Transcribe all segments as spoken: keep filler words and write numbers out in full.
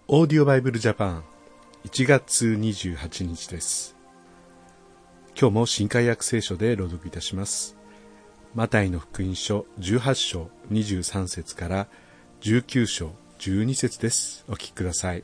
オーディオバイブルジャパンいちがつにじゅうはちにちです。今日も新海約聖書で朗読いたします。マタイの福音書じゅうはちしょうにじゅうさんせつからじゅうきゅうしょうじゅうにせつです。お聞きください。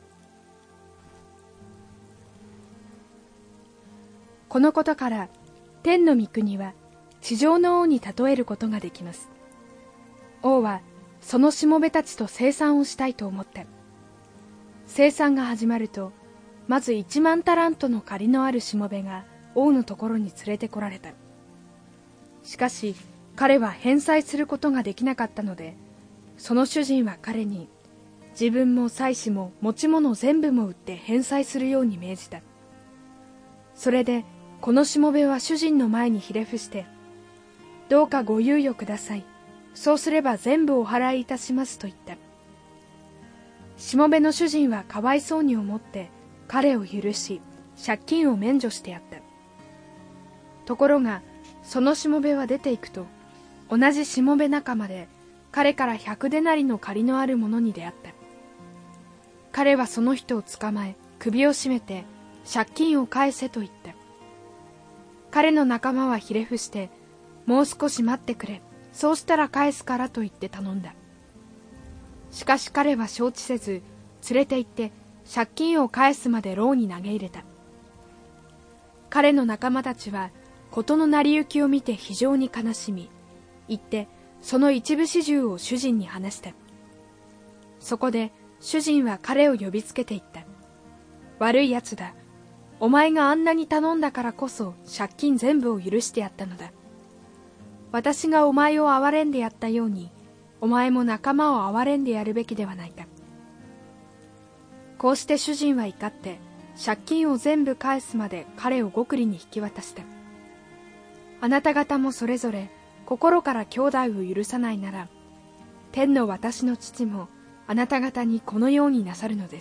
このことから天の御国は地上の王に例えることができます。王はそのしもべたちと生産をしたいと思って、生産が始まると、まず一万タラントの借りのあるしもべが王のところに連れてこられた。しかし彼は返済することができなかったので、その主人は彼に自分も妻子も持ち物全部も売って返済するように命じた。それでこのしもべは主人の前にひれ伏して、どうかご猶予ください、そうすれば全部お払いいたしますと言った。しもべの主人はかわいそうに思って彼を許し、借金を免除してやった。ところがそのしもべは出て行くと、同じしもべ仲間で彼から百デナリの借りのある者に出会った。彼はその人を捕まえ首を絞めて、借金を返せと言った。彼の仲間はひれ伏して、もう少し待ってくれ、そうしたら返すからと言って頼んだ。しかし彼は承知せず、連れて行って借金を返すまで牢に投げ入れた。彼の仲間たちは事の成り行きを見て非常に悲しみ、行ってその一部始終を主人に話した。そこで主人は彼を呼びつけて言った。悪いやつだ。お前があんなに頼んだからこそ借金全部を許してやったのだ。私がお前を憐れんでやったように、お前も仲間を憐れんでやるべきではないか。こうして主人は怒って借金を全部返すまで彼を獄吏に引き渡した。あなた方もそれぞれ心から兄弟を許さないなら、天の私の父もあなた方にこのようになさるのです。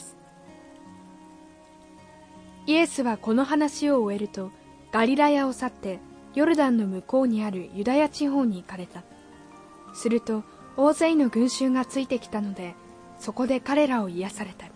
イエスはこの話を終えると、ガリラヤを去ってヨルダンの向こうにあるユダヤ地方に行かれた。すると大勢の群衆がついてきたので、そこで彼らを癒された。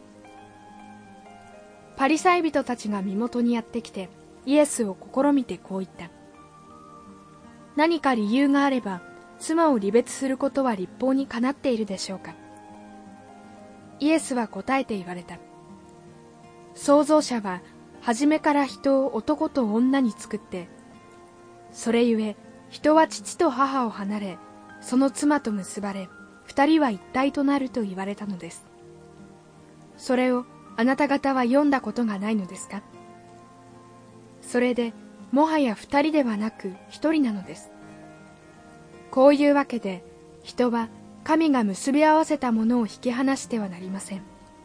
パリサイ人たちが身元にやってきて、イエスを試みてこう言った。何か理由があれば、妻を離別することは律法にかなっているでしょうか。イエスは答えて言われた。創造者は初めから人を男と女に作って、それゆえ人は父と母を離れ、その妻と結ばれ、二人は一体となると言われたのです。それをあなた方は読んだことがないのですか。それでもはや二人ではなく一人なのです。こういうわけで、人は神が結び合わせたものを引き離してはなりません。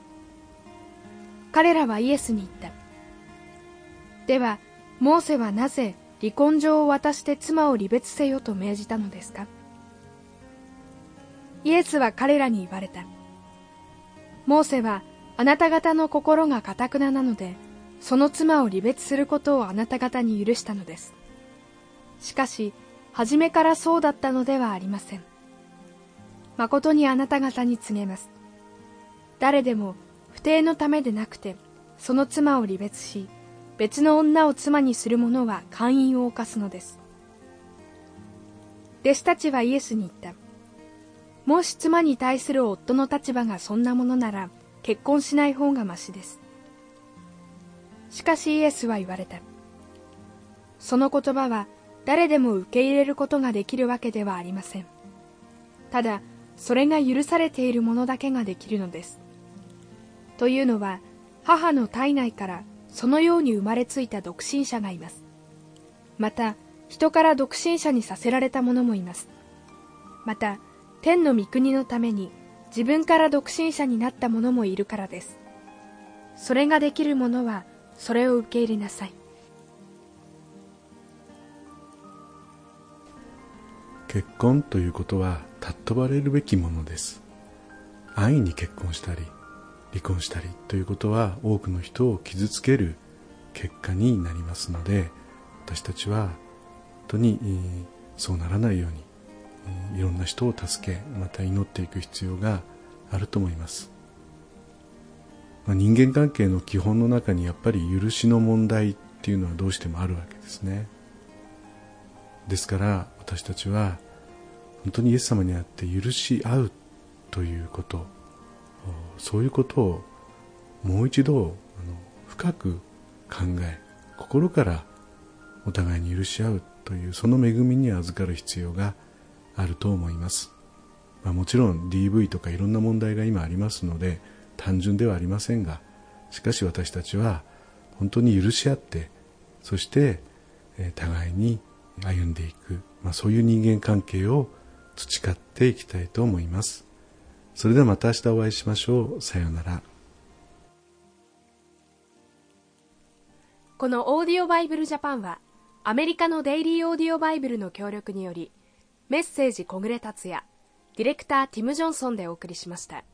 彼らはイエスに言った。ではモーセはなぜ離婚状を渡して妻を離別せよと命じたのですか。イエスは彼らに言われた。モーセはあなた方の心が堅ななので、その妻を離別することをあなた方に許したのです。しかし初めからそうだったのではありません。誠にあなた方に告げます。誰でも不貞のためでなくて、その妻を離別し、別の女を妻にする者は姦淫を犯すのです。弟子たちはイエスに言った。もし妻に対する夫の立場がそんなものなら、結婚しない方がましです。しかしイエスは言われた。その言葉は誰でも受け入れることができるわけではありません。ただ、それが許されているものだけができるのです。というのは、母の体内からそのように生まれついた独身者がいます。また、人から独身者にさせられた者もいます。また、天の御国のために自分から独身者になった者もいるからです。それができる者はそれを受け入れなさい。 結婚ということは尊ばれるべきものです。安易に結婚したり離婚したりということは多くの人を傷つける結果になりますので、私たちは本当にそうならないようにいろんな人を助け、また祈っていく必要があると思います。 まあ、人間関係の基本の中にやっぱり許しの問題っていうのはどうしてもあるわけですね。ですから私たちは本当にイエス様にあって許し合うということ、そういうことをもう一度あの深く考え、心からお互いに許し合うというその恵みに預かる必要があると思います。まあ、もちろん ディーブイ とかいろんな問題が今ありますので単純ではありませんが、しかし私たちは本当に許し合って、そして互いに歩んでいく、まあ、そういう人間関係を培っていきたいと思います。それではまた明日お会いしましょう。さようなら。 このオーディオバイブルジャパンはアメリカのデイリーオーディオバイブルの協力により、メッセージ小暮達也、ディレクターティム・ジョンソンでお送りしました。